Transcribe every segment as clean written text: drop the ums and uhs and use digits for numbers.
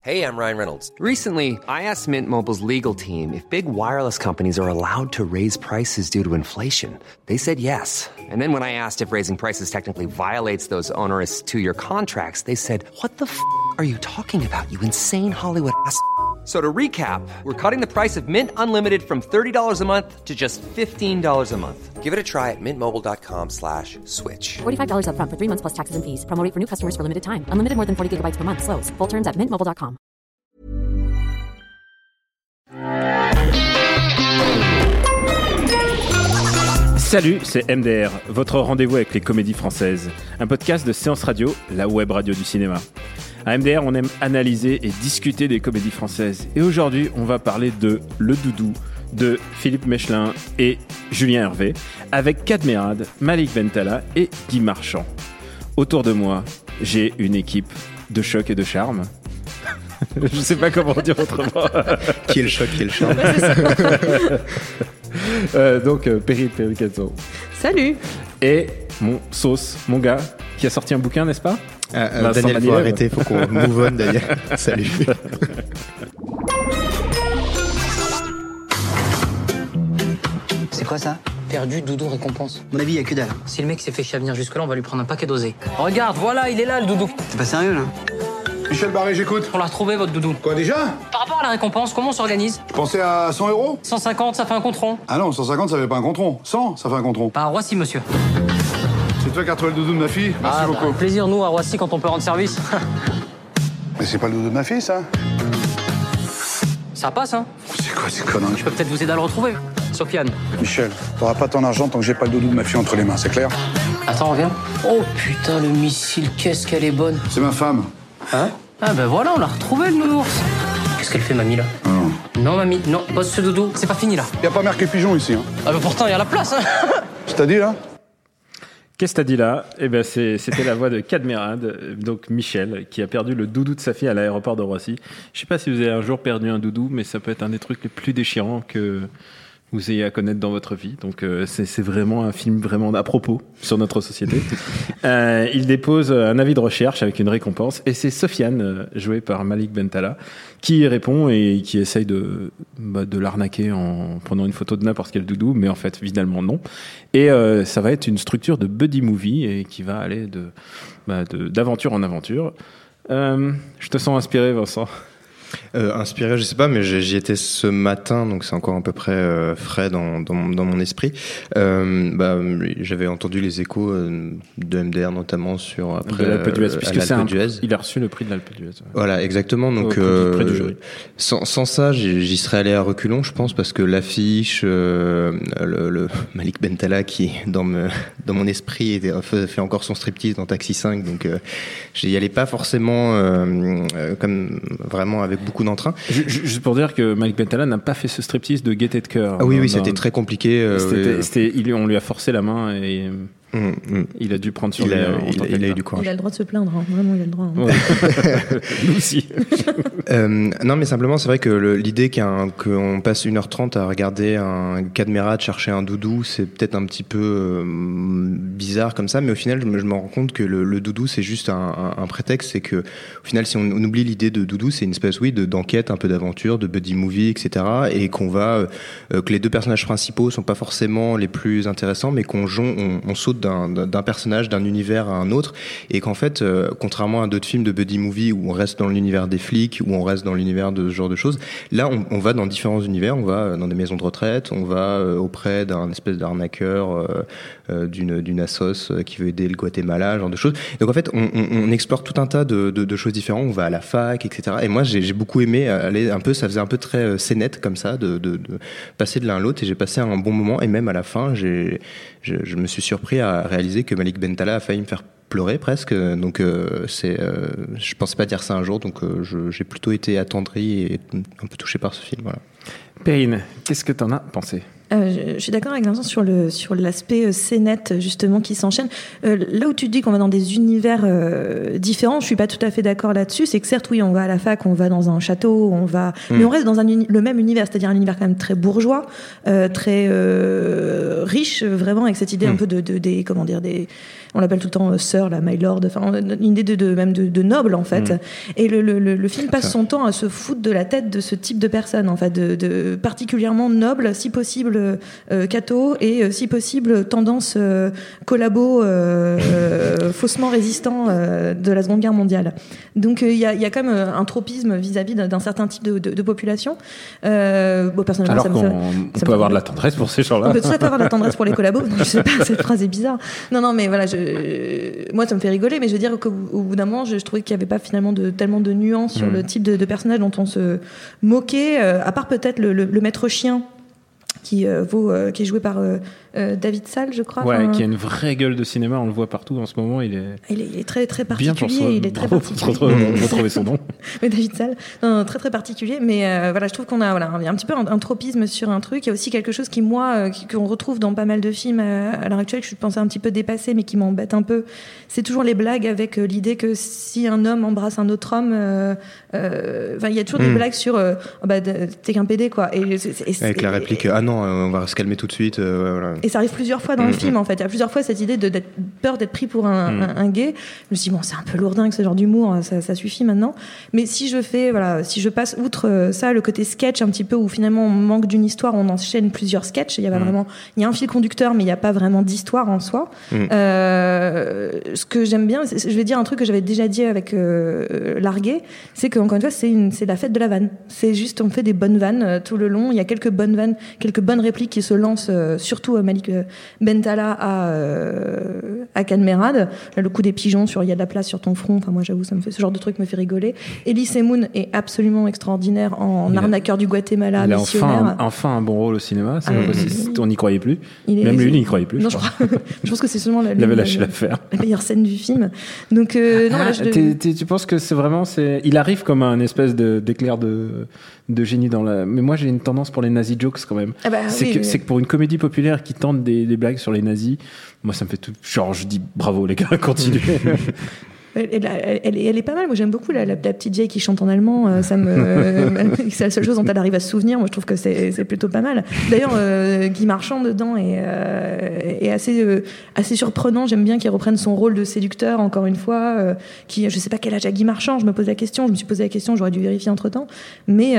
Hey, I'm Ryan Reynolds. Recently, I asked Mint Mobile's legal team if big wireless companies are allowed to raise prices due to inflation. They said yes. And then when I asked if raising prices technically violates those onerous two-year contracts, they said, "What the f*** are you talking about, you insane Hollywood ass?" So to recap, we're cutting the price of Mint Unlimited from $30 a month to just $15 a month. Give it a try at mintmobile.com/switch. $45 up front for 3 months plus taxes and fees. Promo rate for new customers for limited time. Unlimited more than 40 gigabytes per month. Slows full terms at mintmobile.com. Salut, c'est MDR, votre rendez-vous avec les comédies françaises. Un podcast de Séance Radio, la web radio du cinéma. À MDR, on aime analyser et discuter des comédies françaises. Et aujourd'hui, on va parler de Le Doudou, de Philippe Mechelin et Julien Hervé, avec Cadmerade, Malik Bentala et Guy Marchand. Autour de moi, j'ai une équipe de choc et de charme. Je sais pas comment dire autrement. Qui est le choc, qui est le charme. Donc, Perry Catson. Salut. Et mon sauce, mon gars, qui a sorti un bouquin, n'est-ce pas? Daniel, faut arrêter, faut qu'on move on, Daniel. Salut. C'est quoi ça? Perdu, doudou, récompense. À mon avis, il y a que dalle. Si le mec s'est fait chier à venir jusque-là, on va lui prendre un paquet dosé. Regarde, voilà, il est là, le doudou. T'es pas sérieux, là? Michel Barré, j'écoute. On l'a retrouvé, votre doudou. Quoi, déjà? Par rapport à la récompense, comment on s'organise? Je pensais à 100 €. 150, ça fait un compte rond. Ah non, 150, ça fait pas un compte rond. 100, ça fait un compte rond. Bah, à Roissy, monsieur. C'est toi qui as retrouvé le doudou de ma fille? Merci beaucoup. Avec plaisir, nous, à Roissy, quand on peut rendre service. Mais c'est pas le doudou de ma fille, ça? Ça passe, hein? C'est quoi ces conneries? Je peux peut-être vous aider à le retrouver. Sofiane. Michel, t'auras pas ton argent tant que j'ai pas le doudou de ma fille entre les mains, c'est clair? Attends, reviens. Oh putain, le missile, qu'est-ce qu'elle est bonne. C'est ma femme. Hein? Ah ben voilà, on l'a retrouvé, le nounours. Qu'est-ce qu'elle fait, mamie, là? Non, mamie, non, pose ce doudou, c'est pas fini, là. Y a pas marqué pigeon ici, hein? Ah ben pourtant, il y a la place, hein. Je t'ai dit, là? Qu'est-ce que t'as dit là? Eh ben c'était la voix de Cadmerade, donc Michel, qui a perdu le doudou de sa fille à l'aéroport de Roissy. Je sais pas si vous avez un jour perdu un doudou, mais ça peut être un des trucs les plus déchirants que vous ayez à connaître dans votre vie. Donc c'est vraiment un film vraiment à propos sur notre société. Il dépose un avis de recherche avec une récompense, et c'est Sofiane, jouée par Malik Bentala, qui répond et qui essaye de l'arnaquer en prenant une photo de n'importe quel doudou, mais en fait finalement non. Et ça va être une structure de buddy movie et qui va aller d'aventure en aventure. Je te sens inspiré, Vincent. Inspiré, je sais pas, mais j'y étais ce matin, donc c'est encore à peu près frais dans mon esprit. J'avais entendu les échos de MDR, notamment sur après de l'Alpe d'Huez, puisque il a reçu le prix de l'Alpe d'Huez. Ouais. Voilà, exactement. Donc près du jury. Sans ça, j'y serais allé à reculons, je pense, parce que l'affiche, le Malik Bentala qui dans mon esprit fait encore son striptease dans Taxi 5, donc j'y allais pas forcément comme vraiment avec beaucoup d'entrain. Juste pour dire que Malik Bentala n'a pas fait ce striptease de gaieté de cœur. Ah oui, c'était très compliqué. On lui a forcé la main et il a dû prendre sur lui. Il a eu du courage. Il a le droit de se plaindre, hein. Vraiment, il a le droit. Hein. Ouais. Nous aussi. Non, mais simplement, c'est vrai que l'idée qu'on passe 1h30 à regarder un Cadmerade chercher un doudou, c'est peut-être un petit peu bizarre comme ça, mais au final, je me rends compte que le doudou, c'est juste un prétexte. C'est que, au final, si on oublie l'idée de doudou, c'est une espèce, d'enquête, un peu d'aventure, de buddy movie, etc. Et que les deux personnages principaux sont pas forcément les plus intéressants, mais qu'on saute d'un personnage, d'un univers à un autre, et qu'en fait, contrairement à d'autres films de buddy movie où on reste dans l'univers des flics, où on reste dans l'univers de ce genre de choses, là on va dans différents univers, on va dans des maisons de retraite, on va auprès d'un espèce d'arnaqueur, d'une assos qui veut aider le Guatemala, genre de choses. Donc en fait, on explore tout un tas de choses différentes, on va à la fac, etc. Et moi j'ai beaucoup aimé aller un peu, ça faisait un peu très scénette comme ça, de passer de l'un à l'autre, et j'ai passé un bon moment, et même à la fin, je me suis surpris à réaliser que Malik Bentala a failli me faire pleurer presque, donc je pensais pas dire ça un jour, donc j'ai plutôt été attendri et un peu touché par ce film. Voilà. Perrine, qu'est-ce que t'en as pensé? Je suis d'accord avec Vincent sur l'aspect scénette justement qui s'enchaîne. Là où tu dis qu'on va dans des univers différents, je suis pas tout à fait d'accord là-dessus. C'est que certes, oui, on va à la fac, on va dans un château, mais on reste dans le même univers, c'est-à-dire un univers quand même très bourgeois, très riche, vraiment avec cette idée un peu on l'appelle tout le temps sœur, la my lord, enfin une idée de noble en fait. Et le film passe son temps à se foutre de la tête de ce type de personne en fait, de particulièrement noble, si possible catho et si possible tendance collabo faussement résistant de la Seconde Guerre mondiale. Donc il y a quand même un tropisme vis-à-vis d'un certain type de population. Personnellement, alors on peut avoir de la tendresse pour ces gens-là. On peut tout à fait avoir de la tendresse pour les collabos. Je sais pas, cette phrase est bizarre. Non, mais voilà, moi ça me fait rigoler, mais je veux dire qu'au bout d'un moment, je trouvais qu'il n'y avait pas finalement tellement de nuances sur le type de personnage dont on se moquait, à part peut-être le maître chien qui est joué par David Salle, je crois. Ouais, qui a une vraie gueule de cinéma, on le voit partout en ce moment. Il est très très particulier. Il est très particulier. Retrouver son nom. Mais David Salle, non, très très particulier. Mais voilà, je trouve qu'on a il y a un petit peu un tropisme sur un truc. Il y a aussi quelque chose qui qu'on retrouve dans pas mal de films à l'heure actuelle que je pensais un petit peu dépassé, mais qui m'embête un peu. C'est toujours les blagues avec l'idée que si un homme embrasse un autre homme, il y a toujours des blagues sur t'es qu'un PD quoi. Avec la réplique ah non, on va se calmer tout de suite. Voilà. Et ça arrive plusieurs fois dans le film en fait. Il y a plusieurs fois cette idée de peur d'être pris pour un gay. Je me suis dit bon, c'est un peu lourdingue ce genre d'humour, ça suffit maintenant. Mais si je passe outre ça, le côté sketch un petit peu où finalement on manque d'une histoire, on enchaîne plusieurs sketchs. Il y a un fil conducteur, mais il n'y a pas vraiment d'histoire en soi. Ce que j'aime bien, je vais dire un truc que j'avais déjà dit avec Largué, c'est qu'encore une fois, c'est la fête de la vanne. C'est juste, on fait des bonnes vannes tout le long. Il y a quelques bonnes vannes, quelques bonnes répliques qui se lancent, surtout Malik Bentala à Cadmerade. Là, le coup des pigeons sur il y a de la place sur ton front. Enfin, moi, j'avoue, ce genre de truc me fait rigoler. Elise Moon est absolument extraordinaire en arnaqueur du Guatemala, missionnaire. Enfin un bon rôle au cinéma. On n'y croyait plus. Même lui, il n'y croyait plus. Non, je pense que c'est seulement il avait lâché l'affaire. La meilleure scène du film. Donc, tu penses que c'est vraiment, il arrive comme un espèce d'éclair de génie dans la. Mais moi, j'ai une tendance pour les nazi jokes quand même. C'est que pour une comédie populaire qui tente des blagues sur les nazis, moi, ça me fait tout. Genre, je dis bravo les gars, continuez. Elle est pas mal. Moi, j'aime beaucoup la petite vieille qui chante en allemand. C'est la seule chose dont elle arrive à se souvenir. Moi, je trouve que c'est plutôt pas mal. D'ailleurs, Guy Marchand dedans est assez surprenant. J'aime bien qu'il reprenne son rôle de séducteur encore une fois. Je sais pas quel âge a Guy Marchand. Je me pose la question. Je me suis posé la question. J'aurais dû vérifier entre temps. Mais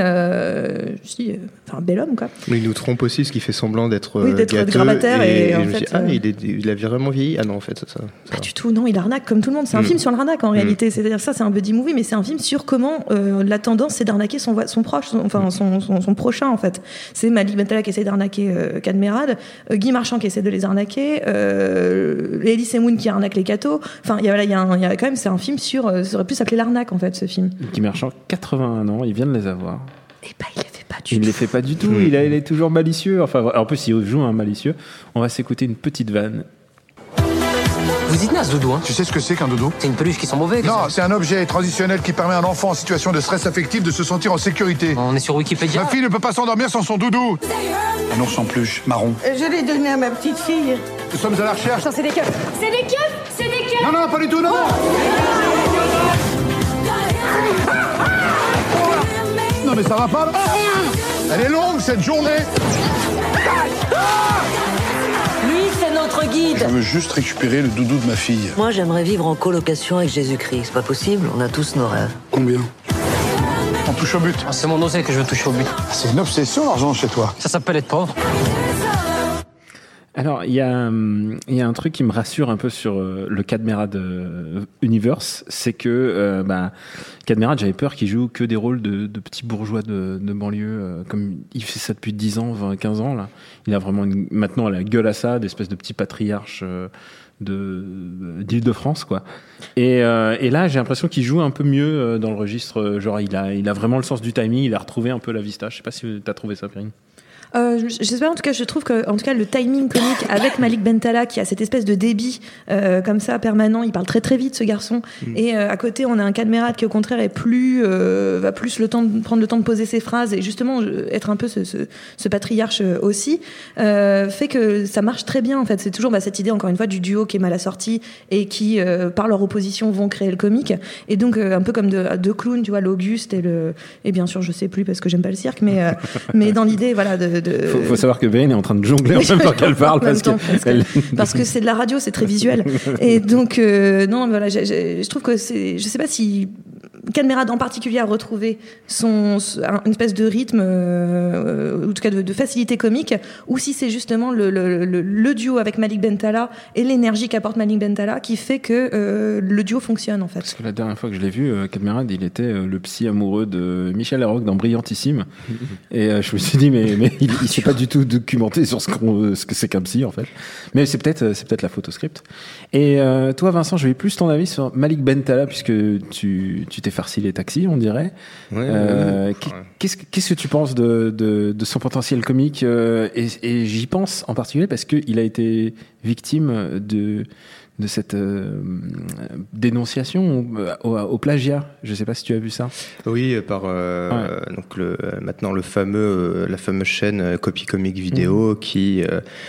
un bel homme quoi. Mais il nous trompe aussi, ce qui fait semblant d'être grabataire et en fait, il a vraiment vieilli. Ah non, en fait, ça pas du tout. Non, il arnaque comme tout le monde. C'est un film sur l'arnaque en réalité. C'est-à-dire ça, c'est un buddy movie, mais c'est un film sur comment la tendance c'est d'arnaquer son proche, son prochain en fait. C'est Malik Bentala qui essaie d'arnaquer Cadmerade, Guy Marchand qui essaie de les arnaquer, Elise Moon qui arnaque les cathos. Enfin, il y a quand même, c'est un film sur. Ça aurait pu s'appeler l'arnaque en fait, ce film. Guy Marchand, 81 ans, il vient de les avoir. Et il les fait pas du tout. Il ne les fait pas du tout. Il est toujours malicieux. Enfin, en plus, il joue un malicieux. On va s'écouter une petite vanne. Vous dites naze, Doudou, hein? Tu sais ce que c'est qu'un doudou? C'est une peluche qui sent mauvais. Non, c'est un objet transitionnel qui permet à un enfant en situation de stress affectif de se sentir en sécurité. On est sur Wikipédia. Ma fille ne peut pas s'endormir sans son doudou. Un ours en peluche, marron. Je l'ai donné à ma petite fille. Nous sommes à la recherche. Non, c'est des keufs. C'est des keufs. C'est des keufs. Non, pas du tout, non. Non, mais ça va pas. Elle est longue, cette journée. Lui, c'est notre guide. Je veux juste récupérer le doudou de ma fille. Moi, j'aimerais vivre en colocation avec Jésus-Christ. C'est pas possible, on a tous nos rêves. Combien? On touche au but. C'est mon oseille que je veux toucher au but. C'est une obsession, l'argent, chez toi. Ça s'appelle être pauvre. Alors, il y a un truc qui me rassure un peu sur le Cadmerade Universe, c'est que Cadmerade, j'avais peur qu'il joue que des rôles de petits bourgeois de banlieue, comme il fait ça depuis 10 ans, 20, 15 ans. Là. Il a vraiment maintenant la gueule à ça, d'espèce de petit patriarche d'Île-de-France, quoi. Et là, j'ai l'impression qu'il joue un peu mieux dans le registre. Genre, il a vraiment le sens du timing, il a retrouvé un peu la vista. Je sais pas si tu as trouvé ça, Perrine. Je sais pas, en tout cas, je trouve que le timing comique avec Malik Bentala, qui a cette espèce de débit comme ça permanent, il parle très très vite, ce garçon, et à côté on a un Cadmerade qui au contraire est va plus prendre le temps de poser ses phrases et justement être un peu ce patriarche aussi, fait que ça marche très bien en fait. C'est toujours cette idée encore une fois du duo qui est mal assorti et qui par leur opposition vont créer le comique, et donc un peu comme deux clowns, tu vois, l'Auguste et bien sûr je sais plus parce que j'aime pas le cirque, mais dans l'idée voilà faut savoir que Vérine est en train de jongler en même temps qu'elle parle parce que c'est de la radio, c'est très visuel. Et donc non, voilà, je trouve que je sais pas si Cadmerade en particulier a retrouvé une espèce de rythme, ou en tout cas de facilité comique, ou si c'est justement le duo avec Malik Bentala et l'énergie qu'apporte Malik Bentala qui fait que le duo fonctionne en fait. Parce que la dernière fois que je l'ai vu, Cadmerade, il était le psy amoureux de Michel Larocque dans Brillantissime, et je me suis dit mais il s'est pas du tout documenté sur ce que c'est qu'un psy en fait. Mais c'est peut-être la photoscript. Et toi Vincent, je vais plus ton avis sur Malik Bentala puisque tu t'es farci les taxis, on dirait. Qu'est-ce que tu penses de son potentiel comique, et j'y pense en particulier parce qu'il a été victime de cette dénonciation au plagiat. Je ne sais pas si tu as vu ça. Oui, par donc maintenant la fameuse chaîne Copy Comic Vidéo qui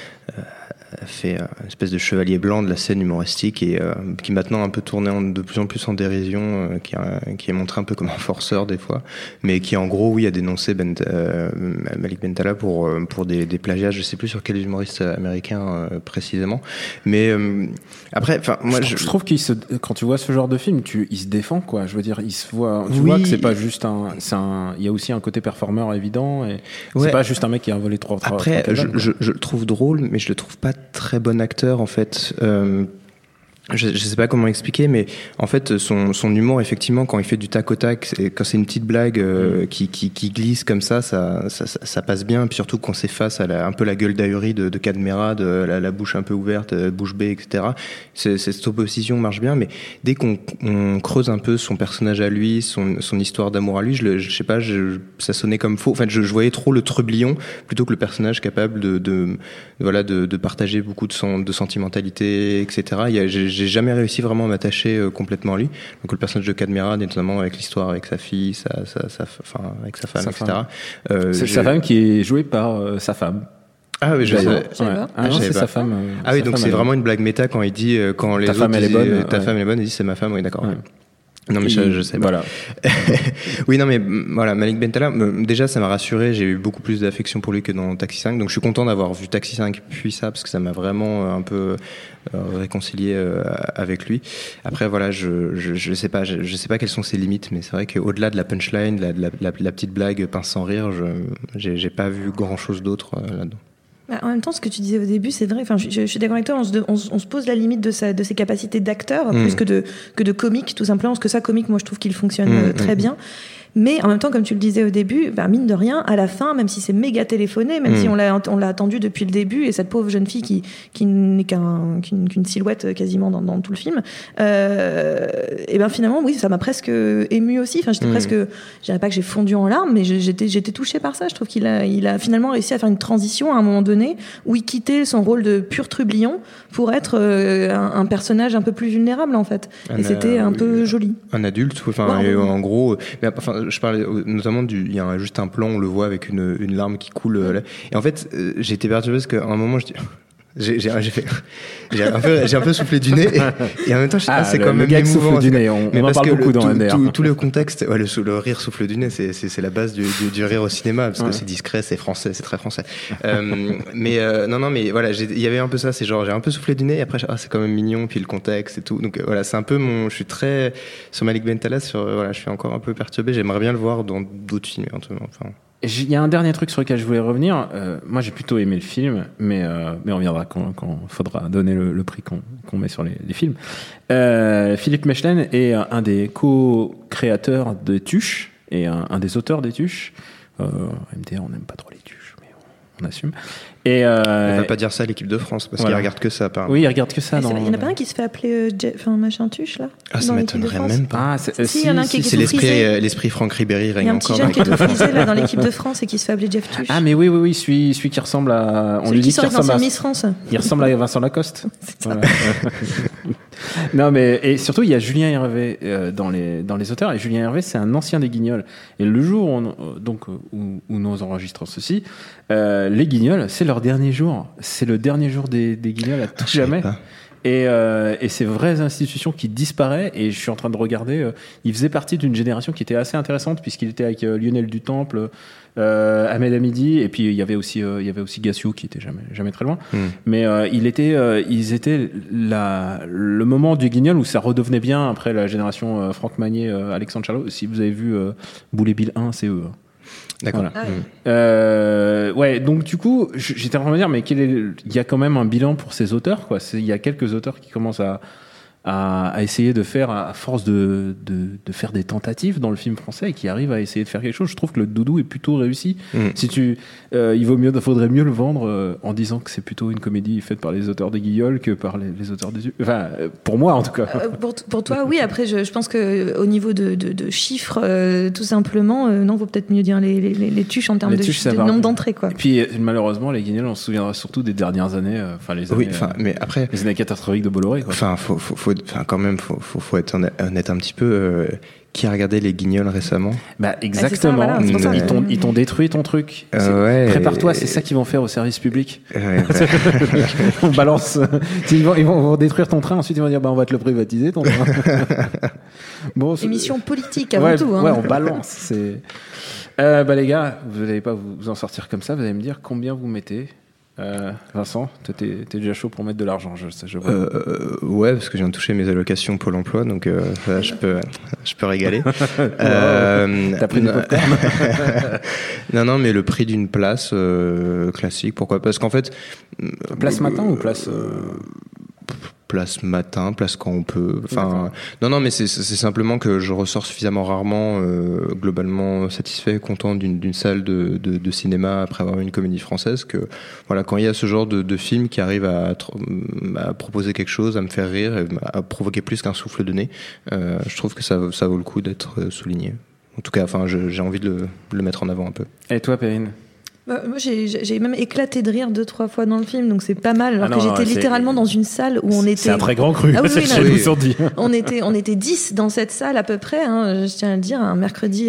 fait une espèce de chevalier blanc de la scène humoristique et qui maintenant a un peu tourné de plus en plus en dérision, qui est montré un peu comme un forceur des fois, mais qui en gros a dénoncé Malik Bentala pour des plagiats. Je sais plus sur quel humoriste américain précisément, mais après, enfin moi je trouve quand tu vois ce genre de film, il se défend quoi. Je veux dire, il se voit, tu vois que c'est pas juste il y a aussi un côté performeur évident et c'est pas juste un mec qui a volé trois. Après, je le trouve drôle, mais je le trouve pas très bon acteur en fait. Je sais pas comment expliquer, mais en fait son humour, effectivement, quand il fait du tac au tac, quand c'est une petite blague qui glisse comme ça passe bien. Puis surtout quand c'est face à un peu la gueule d'ahurie de Cadmerade, la bouche un peu ouverte, bouche bée, etc. Cette opposition marche bien, mais dès qu'on creuse un peu son personnage à lui, son histoire d'amour à lui, je sais pas, ça sonnait comme faux. En fait, je voyais trop le trublion plutôt que le personnage capable de partager beaucoup de sentimentalité, etc. J'ai jamais réussi vraiment à m'attacher complètement à lui. Donc le personnage de Cadmerade, notamment avec l'histoire avec sa fille, avec sa femme, etc. C'est sa femme qui est jouée par sa femme. Ah oui, je sais. C'est sa femme. Ah oui, donc c'est vraiment une blague méta quand il dit quand les autres femme elle est bonne. Ta femme elle est bonne, il dit c'est ma femme. Oui, d'accord. Ouais. Non mais je sais pas. Voilà. Oui non mais voilà, Malik Bentala, déjà ça m'a rassuré, j'ai eu beaucoup plus d'affection pour lui que dans Taxi 5, donc je suis content d'avoir vu Taxi 5 puis ça, parce que ça m'a vraiment un peu réconcilié avec lui. Après voilà, je sais pas quelles sont ses limites, mais c'est vrai qu'au-delà de la punchline, la petite blague pince sans rire, j'ai pas vu grand chose d'autre là-dedans. En même temps, ce que tu disais au début, c'est vrai. Enfin, je suis d'accord avec toi. On se pose la limite de ses capacités d'acteur plus que de comique, tout simplement. Parce que ça, comique, moi, je trouve qu'il fonctionne très bien. Mais en même temps, comme tu le disais au début, mine de rien, à la fin, même si c'est méga téléphoné, même si on l'a attendu depuis le début, et cette pauvre jeune fille qui n'est qu'une silhouette quasiment dans tout le film, et finalement, oui, ça m'a presque ému aussi. Enfin, j'étais presque, je dirais pas que j'ai fondu en larmes, mais j'étais touchée par ça. Je trouve qu'il a finalement réussi à faire une transition à un moment donné où il quittait son rôle de pur trublion pour être un personnage un peu plus vulnérable en fait. Et c'était un peu joli. Un adulte, enfin, en gros, mais enfin. Je parlais notamment il y a juste un plan, on le voit avec une larme qui coule. Et en fait, j'ai été perturbé parce qu'à un moment, j'ai un peu soufflé du nez et en même temps c'est quand même émouvant. Du nez, on en parle beaucoup dans NDR. Tout le contexte, le rire souffle du nez, c'est la base du rire au cinéma parce que c'est discret, c'est français, c'est très français. Mais mais voilà, il y avait un peu ça, c'est genre j'ai un peu soufflé du nez et après c'est quand même mignon, puis le contexte et tout. Donc voilà, c'est un peu je suis très sur Malik Bentala, je suis encore un peu perturbé, j'aimerais bien le voir dans d'autres films éventuellement. Enfin. Il y a un dernier truc sur lequel je voulais revenir. Moi, j'ai plutôt aimé le film, mais on reviendra quand faudra donner le prix qu'on met sur les films. Philippe Mechelin est un des co-créateurs de Tuche et un des auteurs des Tuches. MDR, on n'aime pas trop les Tuches, mais on assume. Et on va pas dire ça à l'équipe de France parce qu'ils regardent que ça. Oui, ils regardent que ça. Il y en a pas un qui se fait appeler machin tuche là. Ah, ça m'étonnerait même pas. Si, il y en a un qui est c'est l'esprit Franck Ribéry règne encore. Il y a un petit jeune qui est tout frisé là dans l'équipe de France et qui se fait appeler Jeff Tuche. Ah mais oui, celui qui ressemble à. On lui dit qu'il ressemble à Miss France. Il ressemble à Vincent Lacoste. Voilà. Non mais et surtout il y a Julien Hervé dans les auteurs, et Julien Hervé c'est un ancien des Guignols, et le jour où nous enregistrons ceci, les Guignols c'est leur dernier jour, c'est le dernier jour des Guignols à tout jamais. Et ces vraies institutions qui disparaissent, et je suis en train de regarder, il faisait partie d'une génération qui était assez intéressante puisqu'il était avec Lionel Dutemple, Ahmed Hamidi, et puis il y avait aussi Gassio qui était jamais très loin. Mais ils étaient le moment du Guignol où ça redevenait bien après la génération Franck Magnier, Alexandre Charlot. Si vous avez vu Boulet Bill 1, c'est eux. D'accord. Voilà. Ouais, donc du coup, j'étais en train de me dire, mais il y a quand même un bilan pour ces auteurs, quoi. Il y a quelques auteurs qui commencent à essayer de faire, à force de faire des tentatives dans le film français, et qui arrivent à essayer de faire quelque chose. Je trouve que le Doudou est plutôt réussi. Si faudrait mieux le vendre en disant que c'est plutôt une comédie faite par les auteurs des Guillauls que par les auteurs des... Enfin, pour moi en tout cas. Pour toi, oui. Après, je pense que au niveau de chiffres, tout simplement, non, vaut peut-être mieux dire les tuches en termes de nombre d'entrées, quoi. Et puis malheureusement, les Guignols, on se souviendra surtout des dernières années, les années, mais après, les années catastrophiques de Bolloré, quoi. Faut être honnête un petit peu. Qui a regardé les Guignols récemment? Bah exactement. Voilà, ils t'ont détruit ton truc. Prépare-toi, c'est ça qu'ils vont faire au service public. On balance. Ils vont détruire ton train. Ensuite ils vont dire on va te le privatiser ton train. Bon, émission politique avant tout. Ouais, on balance. Les gars, vous n'allez pas vous en sortir comme ça. Vous allez me dire combien vous mettez. Vincent, t'es déjà chaud pour mettre de l'argent, je vois. Ouais, parce que je viens de toucher mes allocations Pôle emploi, donc là, je peux régaler. T'as pris du popcorn? Non, mais le prix d'une place classique, pourquoi? Parce qu'en fait, place matin ou place matin, place quand on peut. Enfin, non, mais c'est simplement que je ressors suffisamment rarement, globalement satisfait, content d'une salle de cinéma après avoir vu une comédie française, que voilà, quand il y a ce genre de film qui arrive à proposer quelque chose, à me faire rire, à provoquer plus qu'un souffle de nez, je trouve que ça vaut le coup d'être souligné. En tout cas, enfin, j'ai envie de le mettre en avant un peu. Et toi, Perrine? Moi, j'ai même éclaté de rire 2-3 fois dans le film, donc c'est pas mal. Alors que j'étais littéralement dans une salle où on était. C'est un très grand cru. On était 10 dans cette salle à peu près. Hein, je tiens à le dire, un mercredi.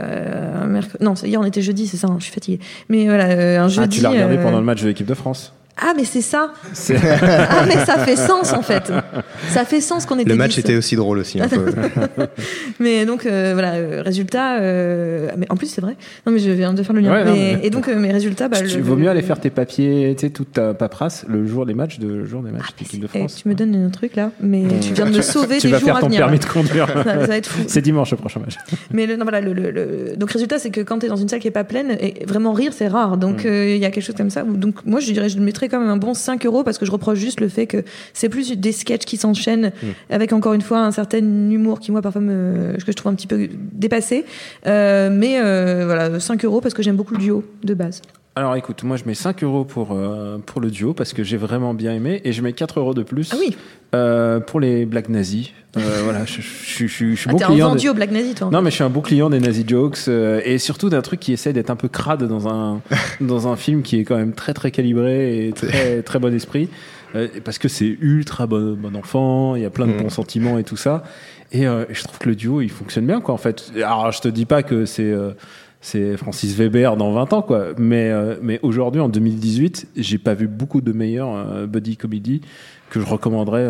Non, hier on était jeudi, c'est ça. Je suis fatiguée. Mais voilà, un jeudi. Tu l'as regardé pendant le match de l'équipe de France? Ah, mais c'est ça. Ah, mais ça fait sens en fait. Ça fait sens qu'on était. Le match était aussi drôle aussi un peu. Mais donc voilà, résultat. Mais en plus c'est vrai. Non mais je viens de faire le lien. Ouais, et donc mes résultats. Il vaut mieux aller faire tes papiers, tu sais, toute ta paperasse le jour des matchs de l'équipe de France. Tu me donnes un truc là, mais tu viens de me sauver des jours à venir. Tu vas faire ton permis de conduire. Ça va être fou. C'est dimanche le prochain match. Mais non, voilà, donc résultat c'est que quand t'es dans une salle qui est pas pleine, et vraiment rire c'est rare. Donc il y a quelque chose comme ça. Donc moi je dirais je le mettrais quand même un bon 5€ parce que je reproche juste le fait que c'est plus des sketchs qui s'enchaînent avec encore une fois un certain humour qui moi parfois que je trouve un petit peu dépassé, mais voilà, 5€ parce que j'aime beaucoup le duo de base. Alors écoute, moi je mets 5€ pour le duo parce que j'ai vraiment bien aimé, et je mets 4€ de plus pour les blagues nazies. Voilà, je suis bon client. T'es un vendu aux blagues nazies, toi. Non, mais je suis un bon client des nazi jokes, et surtout d'un truc qui essaie d'être un peu crade dans un film qui est quand même très très calibré et très très bon esprit, parce que c'est ultra bon enfant, il y a plein de bons sentiments et tout ça, et je trouve que le duo il fonctionne bien, quoi, en fait. Alors je te dis pas que c'est Francis Weber dans 20 ans, quoi. Mais aujourd'hui, en 2018, j'ai pas vu beaucoup de meilleures buddy comedy que je recommanderais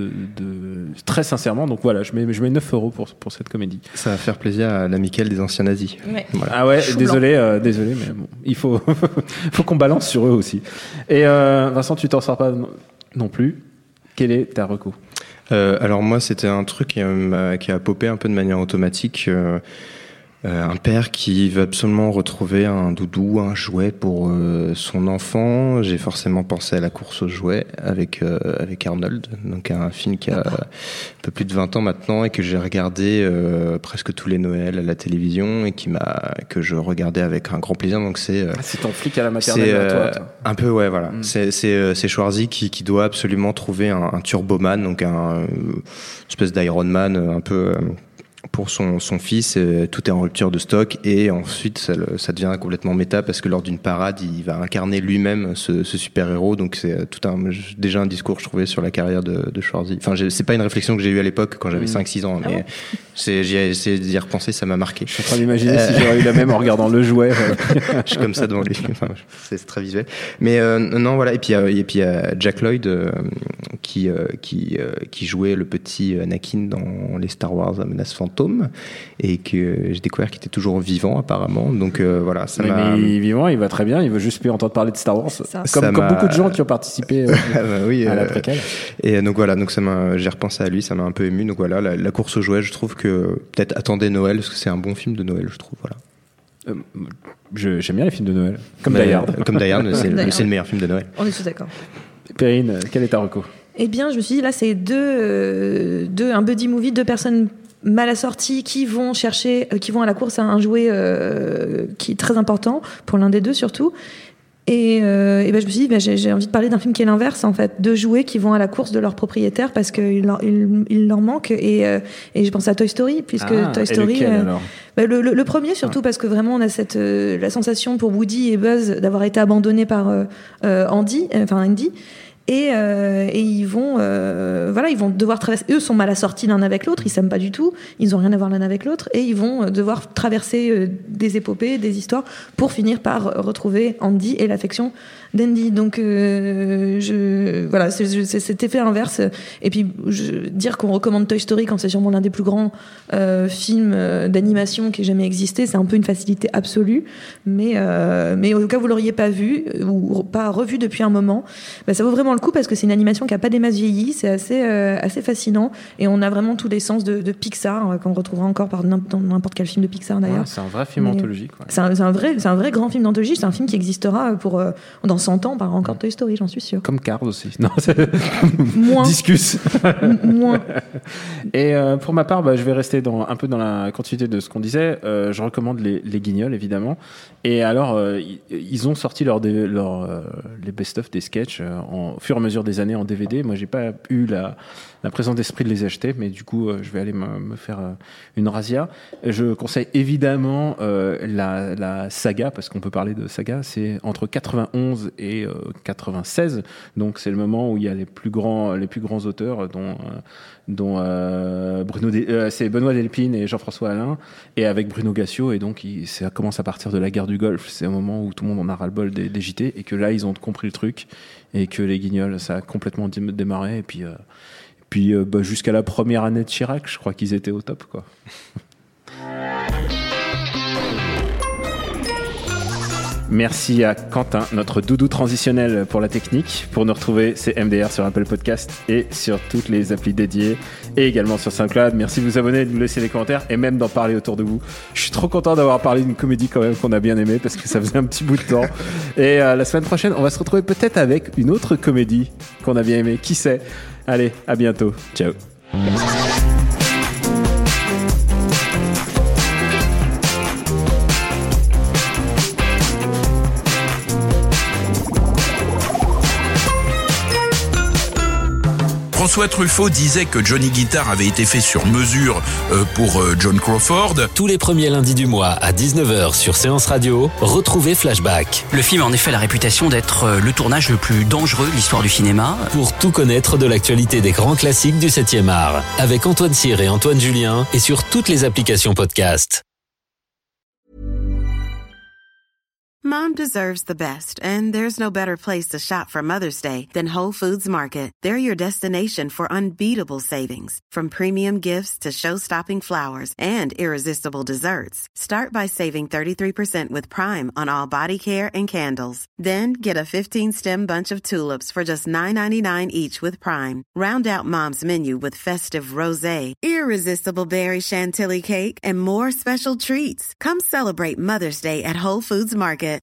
très sincèrement. Donc voilà, je mets 9€ pour cette comédie. Ça va faire plaisir à l'amicale des anciens nazis. Ouais. Voilà. Ah ouais, désolé, mais bon, il faut qu'on balance sur eux aussi. Et Vincent, tu t'en sors pas non plus. Quelle est ta reco? Alors moi, c'était un truc qui a popé un peu de manière automatique. Un père qui veut absolument retrouver un doudou, un jouet pour son enfant. J'ai forcément pensé à La course aux jouets avec Arnold, donc un film qui a un peu plus de 20 ans maintenant et que j'ai regardé presque tous les Noëls à la télévision et que je regardais avec un grand plaisir. Donc c'est ton flic à la maternelle, toi. Un peu, ouais, voilà. C'est Schwarzy qui doit absolument trouver un Turboman, donc un espèce d'Iron Man un peu pour son fils. Tout est en rupture de stock et ensuite ça devient complètement méta parce que lors d'une parade il va incarner lui-même ce super-héros. Donc c'est déjà un discours, je trouvais, sur la carrière de Schwarzy. Enfin, c'est pas une réflexion que j'ai eue à l'époque quand j'avais 5-6 ans, mais j'y ai essayé d'y repenser, ça m'a marqué. Je suis en train d'imaginer si j'aurais eu la même en regardant Le Jouet. Je suis comme ça devant lui. Enfin, c'est très visuel. Mais non, voilà. Et puis il y a Jack Lloyd qui jouait le petit Anakin dans les Star Wars à menace fantôme et que j'ai découvert qu'il était toujours vivant apparemment. Donc voilà, ça m'a. Mais il est vivant, il va très bien. Il veut juste plus entendre parler de Star Wars, comme beaucoup de gens qui ont participé à la préquelle. Et donc voilà, j'ai repensé à lui, ça m'a un peu ému. Donc voilà, la course aux jouets, je trouve que peut-être attendez Noël parce que c'est un bon film de Noël, je trouve. Voilà. J'aime bien les films de Noël, comme Die Hard. Comme Die Hard, c'est le meilleur film de Noël. On est tous d'accord. Perrine, quel est ta reco? Eh bien, je me suis dit, là, c'est un buddy movie, 2 personnes mal assorties qui vont à la course à un jouet qui est très important, pour l'un des deux surtout. Et ben je me suis dit, j'ai envie de parler d'un film qui est l'inverse, en fait, 2 jouets qui vont à la course de leur propriétaire parce qu'il leur manque. Et je pense à Toy Story, puisque Toy Story. Lequel, alors le premier surtout, parce que vraiment on a la sensation pour Woody et Buzz d'avoir été abandonnés par Andy. Et ils vont devoir traverser. Eux sont mal assortis l'un avec l'autre, ils s'aiment pas du tout, ils ont rien à voir l'un avec l'autre, et ils vont devoir traverser des épopées, des histoires pour finir par retrouver Andy et l'affection d'Andy. Donc voilà, c'est cet effet inverse. Et puis dire qu'on recommande Toy Story quand c'est sûrement l'un des plus grands films d'animation qui ait jamais existé, c'est un peu une facilité absolue. Mais au cas où vous l'auriez pas vu ou pas revu depuis un moment, ça vaut vraiment le coup parce que c'est une animation qui a pas des masses vieillies, c'est assez fascinant et on a vraiment tous les sens de Pixar qu'on retrouvera encore dans n'importe quel film de Pixar d'ailleurs. Ouais, c'est un vrai film anthologique. Ouais. C'est un vrai grand film d'anthologie. C'est un film qui existera dans 100 ans, on parlera encore de Toy Story, j'en suis sûre. Comme Cars aussi. Non, moins. Discus. Moins. Et pour ma part, je vais rester un peu dans la continuité de ce qu'on disait. Je recommande les Guignols, évidemment. Et alors, ils ont sorti les best-of des sketchs au fur et à mesure des années en DVD. Moi, j'ai pas eu la présence d'esprit de les acheter, mais du coup, je vais aller me faire une razzia. Je conseille évidemment la saga, parce qu'on peut parler de saga. C'est entre 91 et 96, donc c'est le moment où il y a les plus grands auteurs, dont c'est Benoît Delpine et Jean-François Alain, et avec Bruno Gassio, et donc ça commence à partir de la guerre du Golfe. C'est un moment où tout le monde en a ras-le-bol des JT, et que là ils ont compris le truc, et que les Guignols, ça a complètement démarré, et puis jusqu'à la première année de Chirac, je crois qu'ils étaient au top, quoi. Merci à Quentin, notre doudou transitionnel pour la technique. Pour nous retrouver, c'est MDR sur Apple Podcast et sur toutes les applis dédiées, et également sur SoundCloud. Merci de vous abonner, de nous laisser des commentaires et même d'en parler autour de vous. Je suis trop content d'avoir parlé d'une comédie quand même qu'on a bien aimée, parce que ça faisait un petit bout de temps. Et la semaine prochaine, on va se retrouver peut-être avec une autre comédie qu'on a bien aimée. Qui sait? Allez, à bientôt. Ciao. François Truffaut disait que Johnny Guitar avait été fait sur mesure pour John Crawford. Tous les premiers lundis du mois à 19h sur Séance Radio, retrouvez Flashback. Le film a en effet la réputation d'être le tournage le plus dangereux de l'histoire du cinéma. Pour tout connaître de l'actualité des grands classiques du 7e art, avec Antoine Cyr et Antoine Julien, et sur toutes les applications podcast. Mom deserves the best, and there's no better place to shop for Mother's Day than Whole Foods Market. They're your destination for unbeatable savings, from premium gifts to show-stopping flowers and irresistible desserts. Start by saving 33% with Prime on all body care and candles. Then get a 15-stem bunch of tulips for just $9.99 each with Prime. Round out Mom's menu with festive rosé, irresistible berry chantilly cake, and more special treats. Come celebrate Mother's Day at Whole Foods Market.